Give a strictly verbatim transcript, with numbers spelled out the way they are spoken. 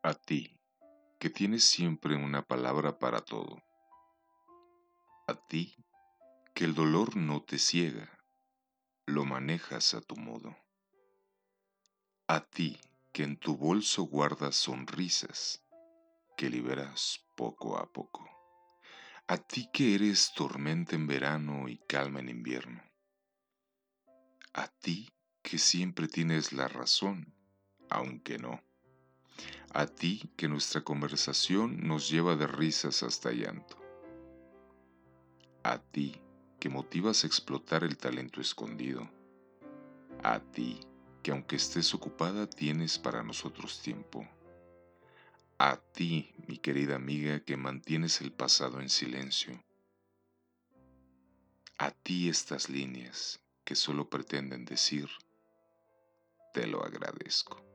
A ti, que tienes siempre una palabra para todo. A ti, que el dolor no te ciega, lo manejas a tu modo. A ti, que en tu bolso guardas sonrisas, que liberas poco a poco. A ti que eres tormenta en verano y calma en invierno. A ti que siempre tienes la razón, aunque no. A ti que nuestra conversación nos lleva de risas hasta llanto. A ti que motivas a explotar el talento escondido. A ti que aunque estés ocupada tienes para nosotros tiempo. A ti, mi querida amiga, que mantienes el pasado en silencio. A ti estas líneas que solo pretenden decir, te lo agradezco.